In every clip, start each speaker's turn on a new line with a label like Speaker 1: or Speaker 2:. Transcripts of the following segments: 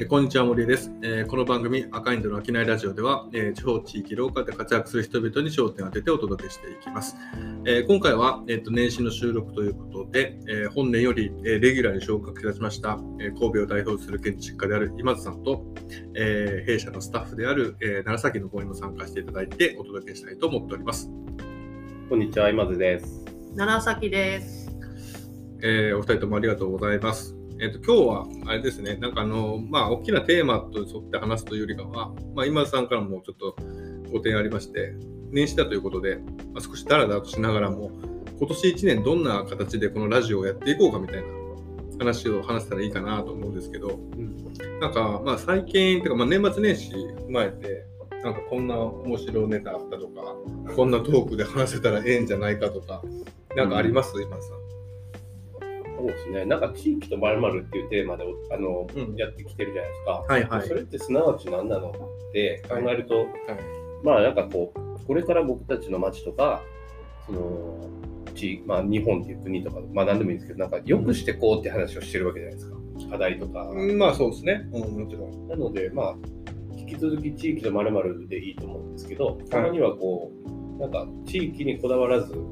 Speaker 1: こんにちは、森です。この番組赤インドの商いラジオでは、地方地域ローカルで活躍する人々に焦点を当ててお届けしていきます。今回は、年始の収録ということで、本年より、レギュラーに昇格いたしました、神戸を代表する建築家である今津さんと、弊社のスタッフである、楢崎の方にも参加していただいてお届けしたいと思っております。
Speaker 2: こんにちは、今津です。
Speaker 3: 楢崎です。
Speaker 1: お二人ともありがとうございます。今日はあれですね、大きなテーマと沿って話すというよりかは、今津さんからもちょっとご提案ありまして、年始だということで、少しダラダラとしながらも、今年1年どんな形でこのラジオをやっていこうかみたいな話を話せたらいいかなと思うんですけど、最近というか、年末年始踏まえて、こんな面白いネタあったとか、こんなトークで話せたらええんじゃないかとか、あります、今津さん。
Speaker 2: そうですね、地域と〇〇っていうテーマでやってきてるじゃないですか。
Speaker 1: はいはい。
Speaker 2: それってすなわち何なのって考えると、これから僕たちの町とか、日本っていう国とか、何でもいいんですけど、良くしてこうって話をしてるわけじゃないですか。課題とか。
Speaker 1: そうですね。もちろん。
Speaker 2: なので、引き続き地域と〇〇でいいと思うんですけど、たまには地域にこだわらず、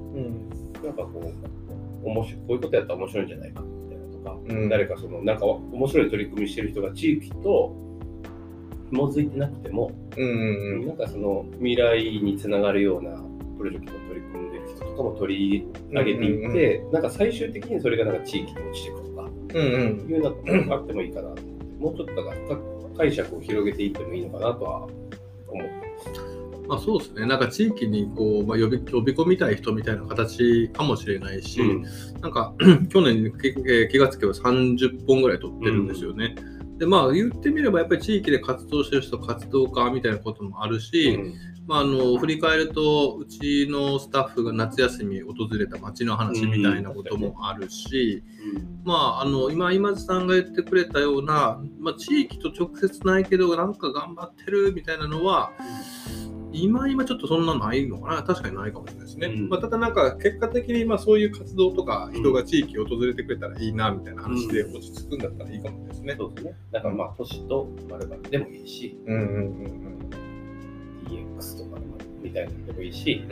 Speaker 2: こういうことやったら面白いんじゃないかみたいなとか、誰か面白い取り組みしてる人が地域と紐づいてなくても、未来につながるようなプロジェクトを取り組んでる人とかも取り上げていって、最終的にそれが地域に落ちていくとか、いうようなことがあってもいいかなと思って、もうちょっと解釈を広げていってもいいのかなとは思ってます。
Speaker 1: そうですね。地域に呼び込みたい人みたいな形かもしれないし、去年気がつけば30本ぐらい撮ってるんですよね。で、言ってみればやっぱり地域で活動してる人、活動家みたいなこともあるし、振り返るとうちのスタッフが夏休み訪れた街の話みたいなこともあるし、今津さんが言ってくれたような、地域と直接ないけど頑張ってるみたいなのは、今ちょっとそんなないのかな。確かにないかもしれないですね。ただ結果的にそういう活動とか人が地域を訪れてくれたらいいなみたいな話で落ち着くんだったらいいかもしれないですね。
Speaker 2: そうですね。都市と〇〇でもいいし、DX とかみたいなのでもいいし、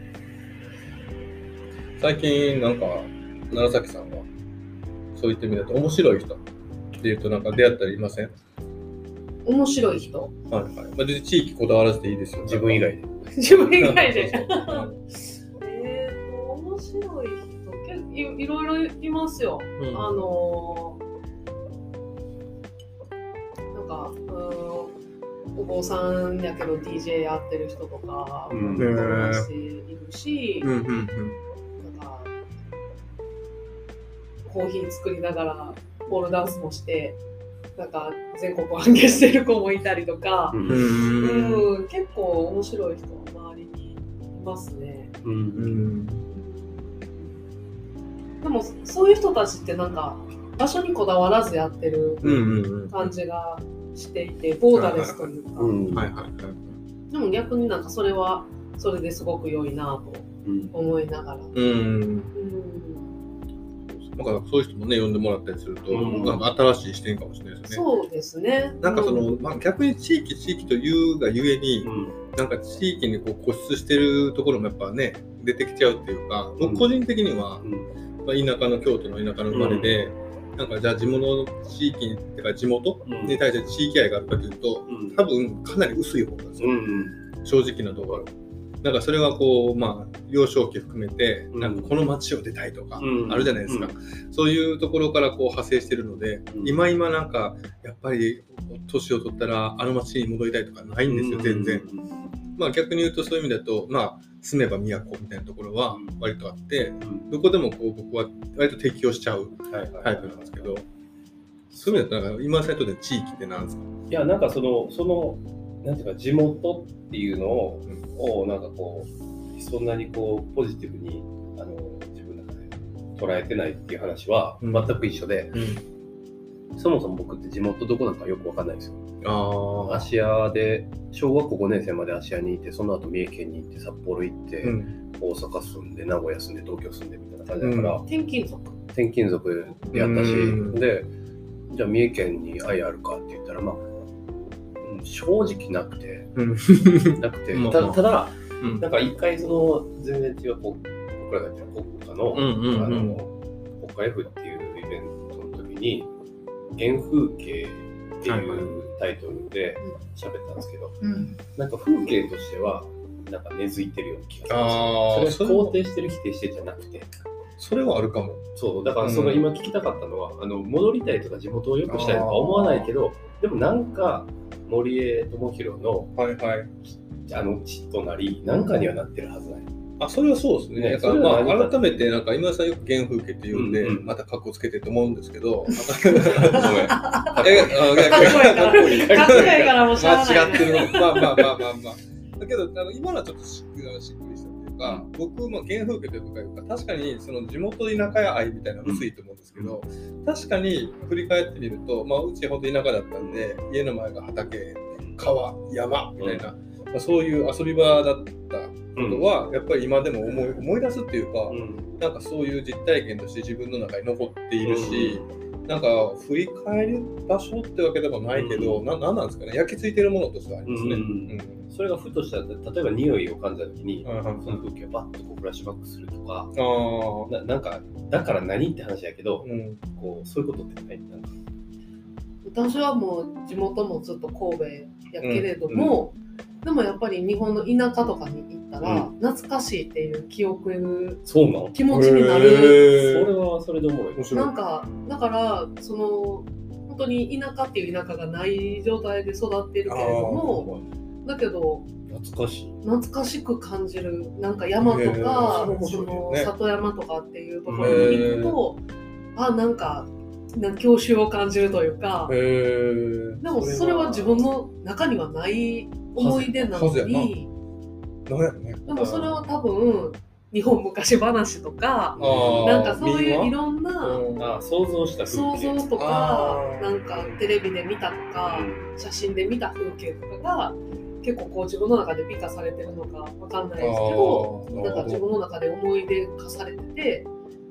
Speaker 1: 最近楢崎さんはそういった意味だと面白い人っていうと出会ったりいません？
Speaker 3: 面白い人。
Speaker 1: 地域こだわらずでいいですよ。
Speaker 2: 自分以外で。
Speaker 3: 自分以外で。面白い人、いろいろいますよ。お坊さんやけど DJ やってる人とかもいるし、コーヒー作りながらポールダンスもして。全国を反映してる子もいたりとか、結構面白い人は周りにいますね。でもそういう人たちって場所にこだわらずやってる感じがしていて、ボーダレスというか、でも逆にそれはそれですごく良いなと思いながら。
Speaker 1: そういう人もね呼んでもらったりすると、新しい視点かもしれないですね。
Speaker 3: そうですね。
Speaker 1: 逆に地域というがゆえに、地域に固執してるところもやっぱね出てきちゃうっていうか、僕個人的には、田舎の京都の田舎の生まれで、じゃあ地元の地域ってか地元に対して地域愛があるかというと、多分かなり薄い方なんですよ、正直なところ。それは幼少期含めてこの街を出たいとかあるじゃないですか。そういうところから派生してるので、今やっぱり年を取ったらあの街に戻りたいとかないんですよ、全然。逆に言うとそういう意味だと住めば都みたいなところは割とあって、どこでも僕は割と適応しちゃうタイプなんですけど、そういう意味だと今サイトで地域って何ですか？
Speaker 2: いやなんていうか地元っていうのをそんなにポジティブに自分の中で捉えてないっていう話は全く一緒で、そもそも僕って地元どこなんかよく分かんないんですよ。芦屋で小学校5年生まで芦屋にいて、その後三重県に行って札幌行って、大阪住んで名古屋住んで東京住んでみたいな感じだから、
Speaker 3: 転勤族
Speaker 2: でやったし、でじゃあ三重県に愛あるかって言ったら、まあ、正直なくて、ただ、なんか一回その全然違う僕らがやってる国家の、国家 F っていうイベントの時に原風景っていうタイトルで喋ったんですけど、なんか風景としてはなんか根付いてるような気がする。それを肯定してる否定してるじゃなくて、
Speaker 1: それはあるかも。
Speaker 2: そうだからその今聞きたかったのは、戻りたいとか地元を良くしたいとか思わないけど、でもなんか森江智弘の血となりなんかにはなってるはずない。
Speaker 1: それはそうですね。だからまあ改めてなんか今田さんよく原風景って言うんで、また格好つけてと思うんですけど、かっこいいからもしゃあない。間違ってる。まあ。だけど今のはちょっとしっくりしたっていうか、僕も原風景というか確かにその地元田舎愛みたいなの薄いと思うんですけど、確かに振り返ってみると、まあうちほど田舎だったんで家の前が畑、川、山みたいな、そういう遊び場だったことはやっぱり今でも思い出すっていうか、なんかそういう実体験として自分の中に残っているし、なんか振り返る場所ってわけでもないけど、なんなんですかね、焼き付いてるものとしてありますね。
Speaker 2: それがふとした例えば匂いを感じた時に、その風景をバッとこうフラッシュバックするとか、なんかだから何って話やけど、こうそういうことってない。なんか
Speaker 3: 私はもう地元もずっと神戸やけれども、でもやっぱり日本の田舎とかに行ったら、懐かしいっていう記憶、気持ちになる。
Speaker 2: それはそれで思う。
Speaker 3: なんかだからその本当に田舎っていう田舎がない状態で育ってるけれども、だけど懐かしく感じる。なんか山とか、その里山とかっていうところに行くと、なんか郷愁を感じるというか、でもそれは自分の中にはない思い出なのに、でもそれは多分日本昔話とか、なんかそういういろんな
Speaker 2: 想像
Speaker 3: とか、なんかテレビで見たとか、写真で見た風景とかが結構こう自分の中で美化されてるのかわかんないですけど、なんか自分の中で思い出化されてて、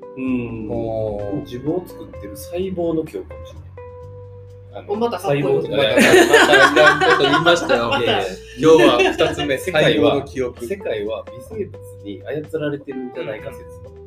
Speaker 2: 自分を作ってる細胞の記憶かもしれない。
Speaker 3: またかっこいいこと
Speaker 1: 言いましたよ。今日は2つ目、世界は微生物に操られてるんじゃないか説。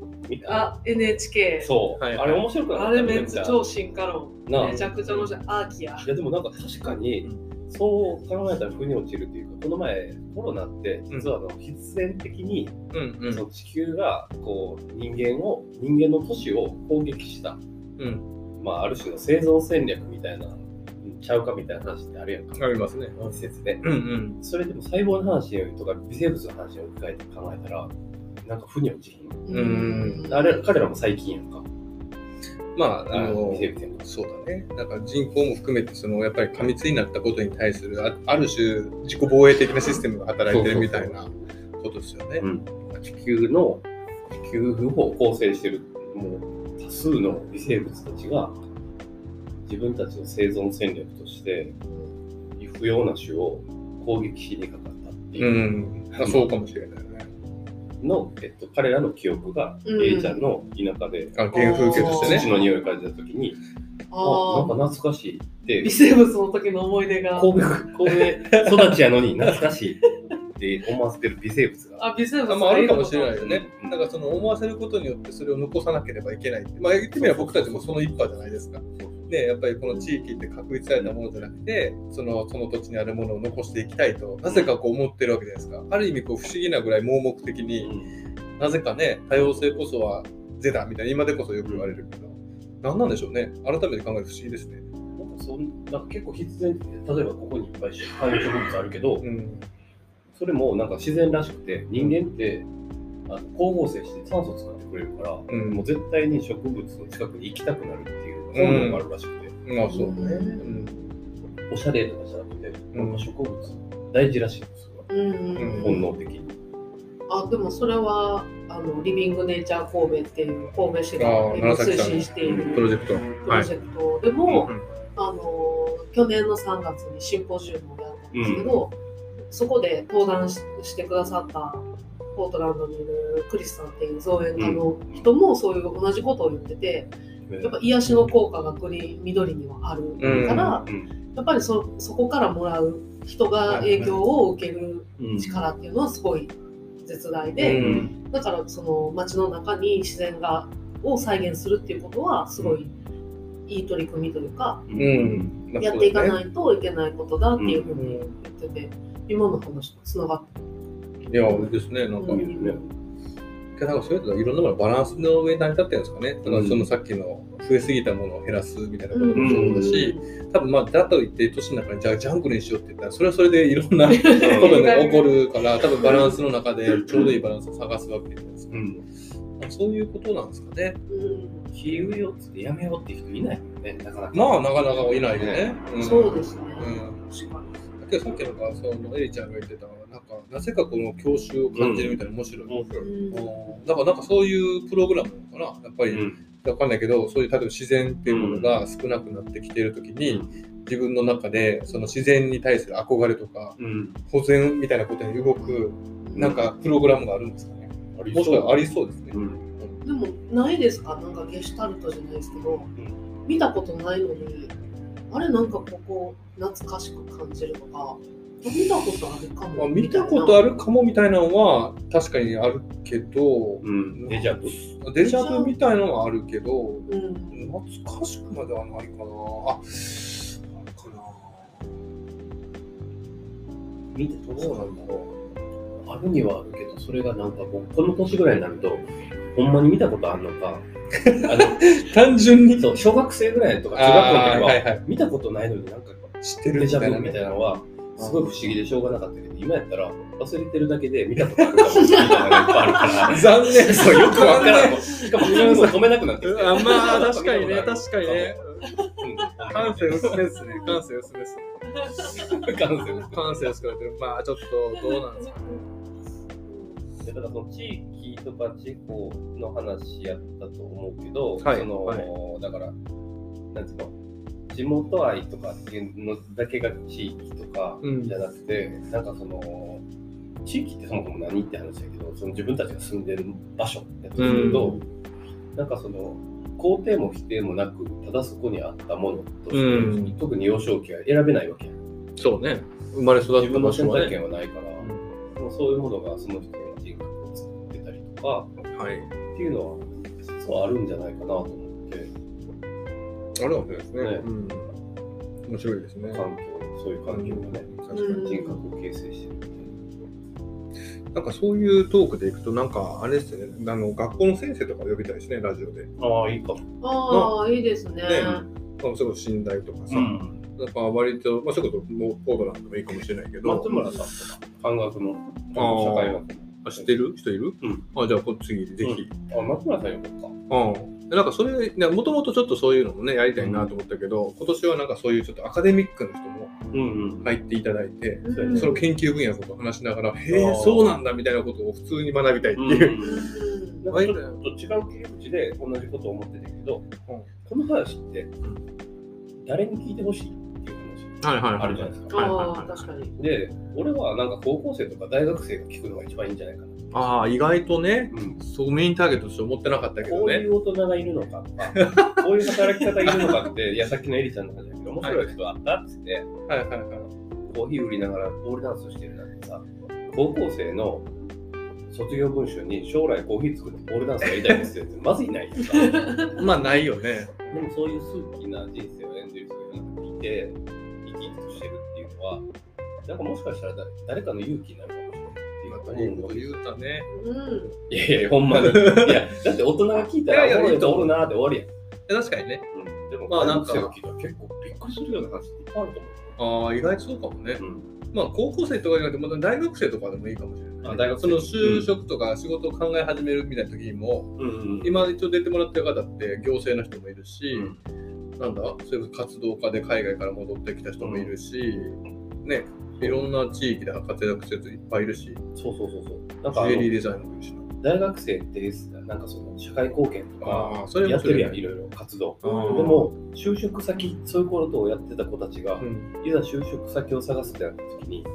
Speaker 3: NHK。
Speaker 2: そう。あれ面白くなかった。
Speaker 3: あれめっちゃ超進化論。めちゃくちゃ面白い。アーキア。
Speaker 2: いやでもなんか確かにそう考えたら腑に落ちるというか、この前コロナって実は必然的にその地球がこう人間の都市を攻撃した。ある種の生存戦略みたいなちゃうかみたいな話ってあるやんか。
Speaker 1: ありますね。
Speaker 2: 施設で。それでも細胞の話とか微生物の話を置き換えて考えたら、なんか腑に落ちひん。彼らも最近やんか。
Speaker 1: 微生物もそうだね。なんか人口も含めてやっぱり過密になったことに対するある種自己防衛的なシステムが働いてるみたいなことですよね。
Speaker 2: 地球を構成してるもう多数の微生物たちが自分たちの生存戦略として不要な種を攻撃しにかかったっていう、
Speaker 1: そうかもしれないね。
Speaker 2: 彼らの記憶が A ちゃんの田舎で
Speaker 1: 原風景としてね、
Speaker 2: 土の匂いを感じた時になんか懐かしいって
Speaker 3: 微生物の時の思い出が
Speaker 2: 神戸育ちやのに懐かしいって思わせてる微生物が
Speaker 3: 微生物
Speaker 1: あるかもしれないよね。なんか思わせることによってそれを残さなければいけないって、言ってみれば僕たちもその一派じゃないですか。でやっぱりこの地域って確立されたものじゃなくて、その土地にあるものを残していきたいとなぜか思ってるわけじゃないですか。ある意味不思議なぐらい盲目的に、なぜかね多様性こそは是だみたいな今でこそよく言われるけど、何なんでしょうね。改めて考えると不思議ですね。
Speaker 2: なんか結構必然、例えばここにいっぱい観葉植物あるけど、それもなんか自然らしくて、人間って光合成して酸素を作ってくれるから、もう絶対に植物の近くに行きたくなるっていう本能があるらしくて、
Speaker 1: そうね、
Speaker 2: おしゃれとかじゃなくて、なんか植物大事らしいんですよ、本能的に。
Speaker 3: でもそれはリビングネイチャー神戸っていう神戸市が今推進しているプロジェクトでも、去年の3月にシンポジウムをやったんですけど、そこで登壇してくださったポートランドにいるクリスさんっていう造園家の人もそういう同じことを言ってて、 やっぱ癒しの効果が緑にはあるから、やっぱりそこからもらう人が影響を受ける力っていうのはすごい絶大で、だからその街の中に自然を再現するっていうことはすごいいい取り組みというか、やっていかないといけないことだっていうふうに言ってて、今の話とつながって
Speaker 1: いや、ですね、なんか、なんかそういうのいろんなものバランスの上に成り立ってるんですかね。だからそのさっきの増えすぎたものを減らすみたいなこともそうだし、多分だと言って都市の中にじゃあジャングルにしようって言ったらそれはそれでいろんなことが起こるから、多分バランスの中でちょうどいいバランスを探すわけじゃないですか。そういうことなんですかね。
Speaker 2: 木植えようってやめようっていう人いないよね、なかなか。
Speaker 1: まあなかなかいないよね。
Speaker 3: そうですね。
Speaker 1: さっきのがそのエリちゃんが言ってたなぜかこの郷愁を感じるみたいな面白い。だからなんかそういうプログラムなのかな、やっぱりわかんないけど、そういう例えば自然っていうものが少なくなってきているときに、自分の中でその自然に対する憧れとか、保全みたいなことに動くなんかプログラムがあるんですかね。もしくはありそうですね。
Speaker 3: でもないですか、なんかゲシュタルトじゃないですけど、見たことないのにあれなんかここ懐かしく感じるとか、見たことあるかも。
Speaker 1: 見たことあるかもみたいなのは確かにあるけど、
Speaker 2: デジャ
Speaker 1: ブみたいなのはあるけど、懐かしくまではないかな。
Speaker 2: 見てどうなんだろう。あるにはあるけど、それがなんかもうこの年ぐらいになるとほんまに見たことあるのか。
Speaker 1: 単純に
Speaker 2: そう小学生ぐらいとか中学校の時は見たことないのになんか
Speaker 1: 知ってる
Speaker 2: デジャブみたいなのはすごい不思議でしょうがなかったけど、今やったら忘れてるだけで見たことあるかもみたいなのがいっぱいあるから
Speaker 1: 残念。
Speaker 2: そうよくわからん。しかも止めなくなってきて。
Speaker 1: まあ確かにね。感性薄めですね。感性薄くなってる。まあちょっとどうなんですかね。
Speaker 2: だからその地域とか地方の話やったと思うけど、だからなんていうの、地元愛とかっていうのだけが地域とかじゃなくて、なんかその地域ってそもそも何って話だけど、その自分たちが住んでる場所やとすると、なんかその肯定も否定もなく、ただそこにあったものとして、特に幼少期は選べないわけやん。
Speaker 1: そうね。生まれ育った場所はね。
Speaker 2: 自分の選択権はないから、そういうものがその人の人格を作ってたりとか、っていうのは実はあるんじゃないかなと思って。
Speaker 1: あるわけですね。面白いですね。
Speaker 2: そういう環境がね、人格を形成してる。
Speaker 1: なんかそういうトークでいくと、なんかあれですね、学校の先生とか呼びたいですね、ラジオで。
Speaker 2: ああ、いいかも。
Speaker 3: いいですね。
Speaker 1: それこそ寝台とかさ、なんか割と、それこそもうポートランドもいいかもしれないけど。
Speaker 2: 松村さんとか、漢学の社会学。
Speaker 1: 知ってる人いる？じゃあ次ぜひ。
Speaker 2: 松村さんよか。
Speaker 1: なんかそれ、もともとちょっとそういうのもね、やりたいなと思ったけど、今年はなんかそういうちょっとアカデミックな人も入っていただいて、その研究分野のことを話しながら、へえ、そうなんだみたいなことを普通に学びたいっていう。
Speaker 2: ちょっと違う切り口で同じことを思ってたけど、この話って誰に聞いてほしいっていう話あるじゃないですか。
Speaker 3: 確かに。
Speaker 2: で、俺はなんか高校生とか大学生が聞くのが一番いいんじゃないかな。
Speaker 1: 意外とね、そうメインターゲットとして思ってなかったけどね。
Speaker 2: こういう大人がいるのかとか、こういう働き方いるのかって、いや、さっきのエリちゃんの話だけど、面白い人あったっつって、コーヒー売りながらポールダンスしてるなんてさ、高校生の卒業文集に将来コーヒー作ってポールダンスやりたいですよってまずいないですか。
Speaker 1: まあないよね。
Speaker 2: でもそういう数奇な人生を演じる人がいて、生き生きとしてるっていうのは、なんかもしかしたら誰かの勇気になるかもしれない。
Speaker 1: いいこと言うたね。
Speaker 2: いやほんまに。いや、だって大人が聞いたら、おるなーって終わりやん。
Speaker 1: 確かにね。
Speaker 2: でも、なんか聞いたら結構びっくりするような話っていっぱいあると思う。
Speaker 1: 意外とそうかもね。高校生とかじゃなくて、まだ大学生とかでもいいかもしれない。その就職とか仕事を考え始めるみたいな時にも、今一応出てもらってる方って行政の人もいるし、なんだ、そういう活動家で海外から戻ってきた人もいるし、ね。いろんな地域で活躍してる人いっぱいいるし、
Speaker 2: そう。
Speaker 1: なんかジュエリーデザインもいるし。
Speaker 2: 大学生ってなんかその社会貢献とかやってるやん、いろいろ活動。でも就職先、そういうことをやってた子たちが、いざ就職先を探すってなった時に、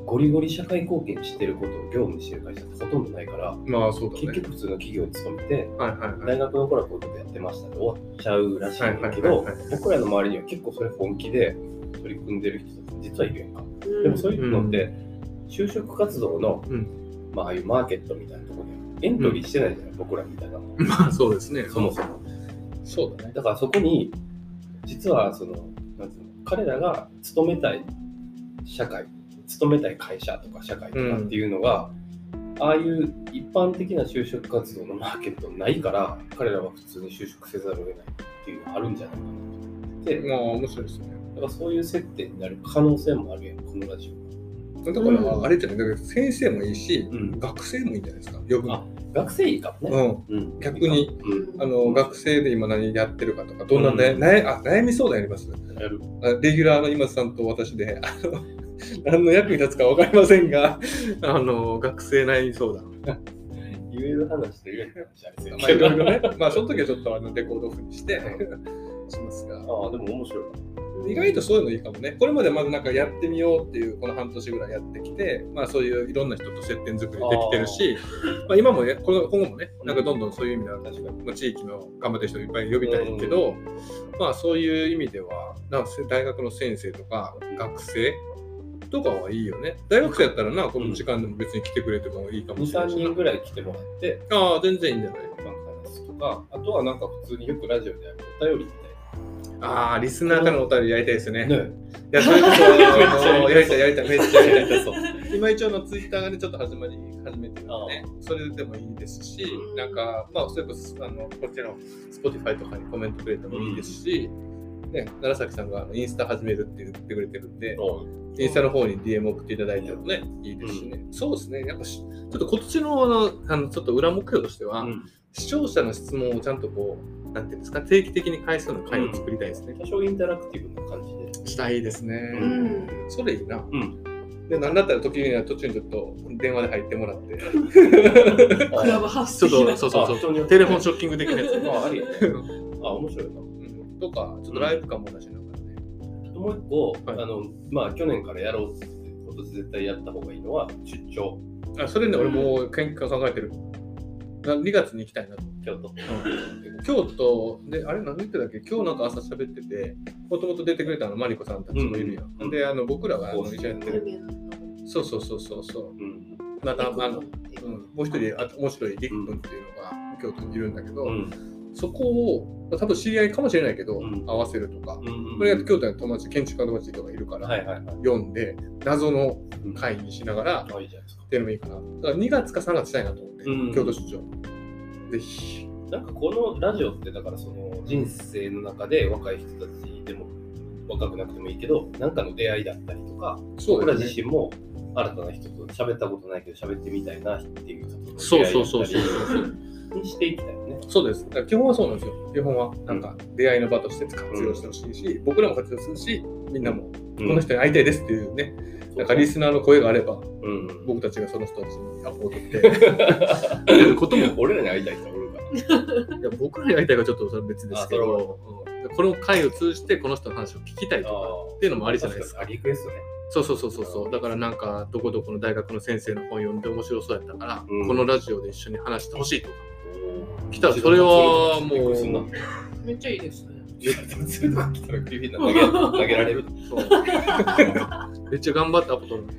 Speaker 2: ゴリゴリ社会貢献してることを業務にしてる会社ってほとんどないから、
Speaker 1: まあそうだね、
Speaker 2: 結局普通の企業に勤めて、
Speaker 1: はいはいはい、
Speaker 2: 大学の頃はこういうことやってましたで終わっちゃうらしいんだけど、僕らの周りには結構それ本気で取り組んでる人って実はいるやんか。でもそういうのって、就職活動の、まあ、ああいうマーケットみたいなところでエントリーしてないじゃない、僕らみたいな。
Speaker 1: まあそうですね。
Speaker 2: そもそも。
Speaker 1: そうだね。
Speaker 2: だからそこに、実はなんていうの、彼らが勤めたい社会、勤めたい会社とか社会とかっていうのが、ああいう一般的な就職活動のマーケットないから、彼らは普通に就職せざるを得ないっていうのがあるんじゃないかなと思って。
Speaker 1: まあ面白いですね。
Speaker 2: だからそういう接点になる可能性もあるやん、このラジオ。
Speaker 1: だからあれじゃない、だから先生もいいし、学生もいいんじゃないですか、呼ぶの。
Speaker 2: 学生いいかもね。
Speaker 1: 逆に、学生で今何やってるかとか、どんな悩み相談やります？レギュラーの今津さんと私で、何の役に立つか分かりませんが、学生悩み相談。
Speaker 2: 言える話と言えない話ありますよ。
Speaker 1: まあいろいろね、まあその時はちょっとレコードオフにしてしますが。
Speaker 2: でも面白い。
Speaker 1: 意外とそういうのいいかもね。これまでまずなんかやってみようっていうこの半年ぐらいやってきて、まあそういういろんな人と接点作りできてるし、まあ今もね、今後もね、なんかどんどんそういう意味では確かに地域の頑張ってる人いっぱい呼びたいけど、まあそういう意味ではなんか大学の先生とか学生とかはいいよね。大学生やったらな、この時間でも別に来てくれてもいいかもしれない。
Speaker 2: 2、3人ぐらい来てもらって、
Speaker 1: 全然いいんじゃない？
Speaker 2: 話とか、あとはなんか普通によくラジオでお便りみたいな。
Speaker 1: リスナーからのお便りやりたいですね。いや、それこそやりたい、めっちゃやりたい。そう。今一応ツイッターがね、ちょっと始めてるんでね、それでもいいですし、なんか、まあ、それこそこっちの Spotify とかにコメントくれてもいいですし、ね、楢崎さんがインスタ始めるって言ってくれてるんで、インスタの方に DM 送っていただいてもね、いいですしね。そうですね、やっぱちょっと今年のちょっと裏目標としては、視聴者の質問をちゃんとこう、なんていうんですか、定期的に返すような回を作りたいですね。
Speaker 2: 多少インタラクティブな感じで。
Speaker 1: したいですね。それいいな。で、なんだったら途中にちょっと電話で入ってもらって。
Speaker 3: クラブハウス的な。
Speaker 1: そう。テレフォンショッキング的なやつ。
Speaker 2: ありね。面白いな。
Speaker 1: とか、ちょっとライブ感も出しながらね。
Speaker 2: もう一個、まあ去年からやろうってことで絶対やった方がいいのは出張。
Speaker 1: それね、俺もう研究考えてる。2月に行きたいなと。京都で、あれ何言ってたっけ？今日なんか朝喋ってて、もともと出てくれたマリコさんたちもいるよ。で、僕らが一緒にやってる。そう。また、もう一人面白いリップンっていうのが京都にいるんだけど、そこを多分知り合いかもしれないけど、合わせるとか、これが京都の友達、建築家の友達とかいるから、読んで、謎の会にしながら、っていうのもいいかな。だから2月か3月したいなと思って、京都出張。ぜひ。
Speaker 2: なんかこのラジオってだからその人生の中で若い人たちでも若くなくてもいいけどなんかの出会いだったりとか、僕ら自身も新たな人と喋ったことないけど喋ってみたいなっていう人との出会いだったりにしていきたいよね。
Speaker 1: そうです。だから基本はそうなんですよ。基本はなんか出会いの場として活用してほしいし、僕らも活用するし、みんなもこの人に会いたいですっていうね、なんかリスナーの声があれば、僕たちがその人たちにアポを取ってことも
Speaker 2: 俺らに会いたい人おるから
Speaker 1: いや僕らに会いたいかちょっとそれ別ですけど、この回を通じてこの人の話を聞きたいとかっていうのもありじゃないですか。
Speaker 2: リクエストね。
Speaker 1: そうだからなんかどこどこの大学の先生の本読んで面白そうやったから、このラジオで一緒に話してほしいとか来たらそれはもう
Speaker 3: めっちゃいいですね。
Speaker 2: それとか来たら首に投げられる。
Speaker 1: めっちゃ頑張ったことに。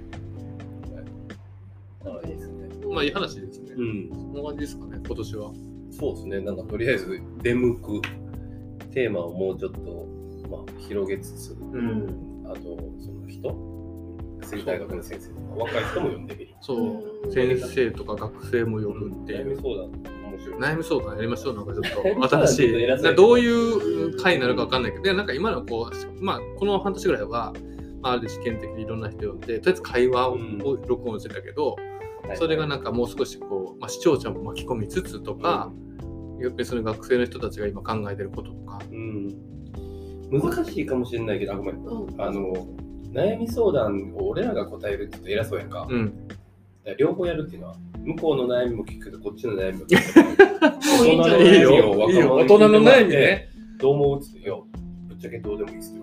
Speaker 2: いいですね。
Speaker 1: まあいい話ですね。そんな感じですかね、今年は。
Speaker 2: そうですね。なんかとりあえず出向くテーマをもうちょっと、広げつつ、あとその人、大学の先生とか若い人も呼んでみる。
Speaker 1: そう、先生とか学生も呼ぶっていう。悩み相談やりましょう。なんかちょっと新しいどういう回になるか分かんないけど、なんか今のこの半年ぐらいは、ある試験的にいろんな人呼んで、とりあえず会話を録音してたけど、それがなんかもう少しこう、視聴者も巻き込みつつとか、やっぱりその学生の人たちが今考えてることとか、
Speaker 2: 難しいかもしれないけど、悩み相談を俺らが答えるって言うと偉そうやんか。両方やるっていうのは向こうの悩みも聞くけどこっちの悩みも聞く
Speaker 1: 大人の悩みね。
Speaker 2: どう思うって言ってよぶっちゃけどうでもいいっすって言わ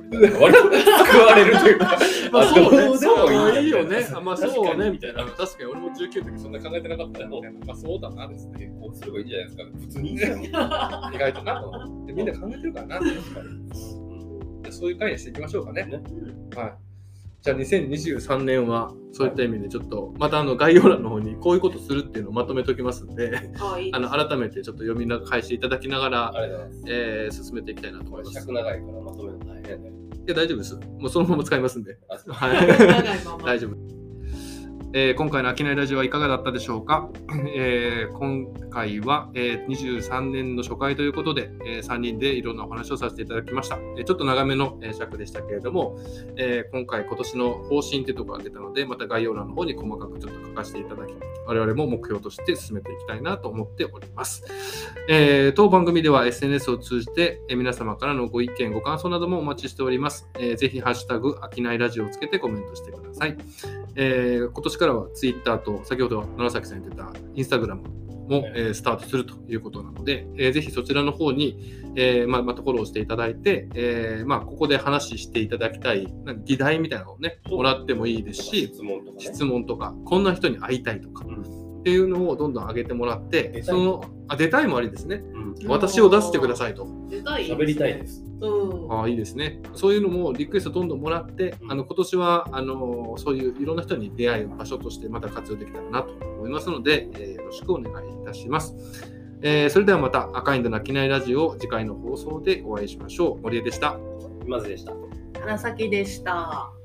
Speaker 2: 割と救われるというか
Speaker 1: まあそうね、
Speaker 2: そう
Speaker 1: いいよね、まあそうねみたいな。確かに俺も19の時そんな考えてなかったよみたいな。まあそうだなですね。
Speaker 2: こうすればいいんじゃないですか。普通にいいじゃん。
Speaker 1: 意外となと。みんな考えてるからな、確かに。そういう回にしていきましょうかね。はい。じゃあ2023年はそういった意味でちょっとまた概要欄の方にこういうことするっていうのをまとめておきますので、改めてちょっと読み返していただきながら進めていきたいなと思います。
Speaker 2: 尺長いからまとめるの大変ね。
Speaker 1: いや大丈夫です。もうそのまま使いますんで。はい。大丈夫。今回の商いラジオはいかがだったでしょうか。今回は、23年の初回ということで、3人でいろんなお話をさせていただきました。ちょっと長めの、尺でしたけれども、今年の方針というところが出たので、また概要欄の方に細かくちょっと書かせていただき、我々も目標として進めていきたいなと思っております。当番組では SNS を通じて、皆様からのご意見、ご感想などもお待ちしております。ぜひハッシュタグ商いラジオをつけてコメントしてください。今年からは Twitter と先ほど楢崎さん言ってた Instagram も、スタートするということなので、ぜひそちらの方に、またフォローしていただいて、ここで話していただきたい議題みたいなのをねもらってもいいですし、質問とかこんな人に会いたいとか、っていうのをどんどん上げてもらって、出たいもありですね。私を出してくださいと。
Speaker 2: 喋りたいです。
Speaker 1: いいですね。そういうのもリクエストどんどんもらって、今年はそういういろんな人に出会う場所としてまた活用できたらなと思いますので、よろしくお願いいたします。それではまた赤いんだなきないラジオ次回の放送でお会いしましょう。森江でした。
Speaker 2: 今津でした。
Speaker 3: 花咲でした。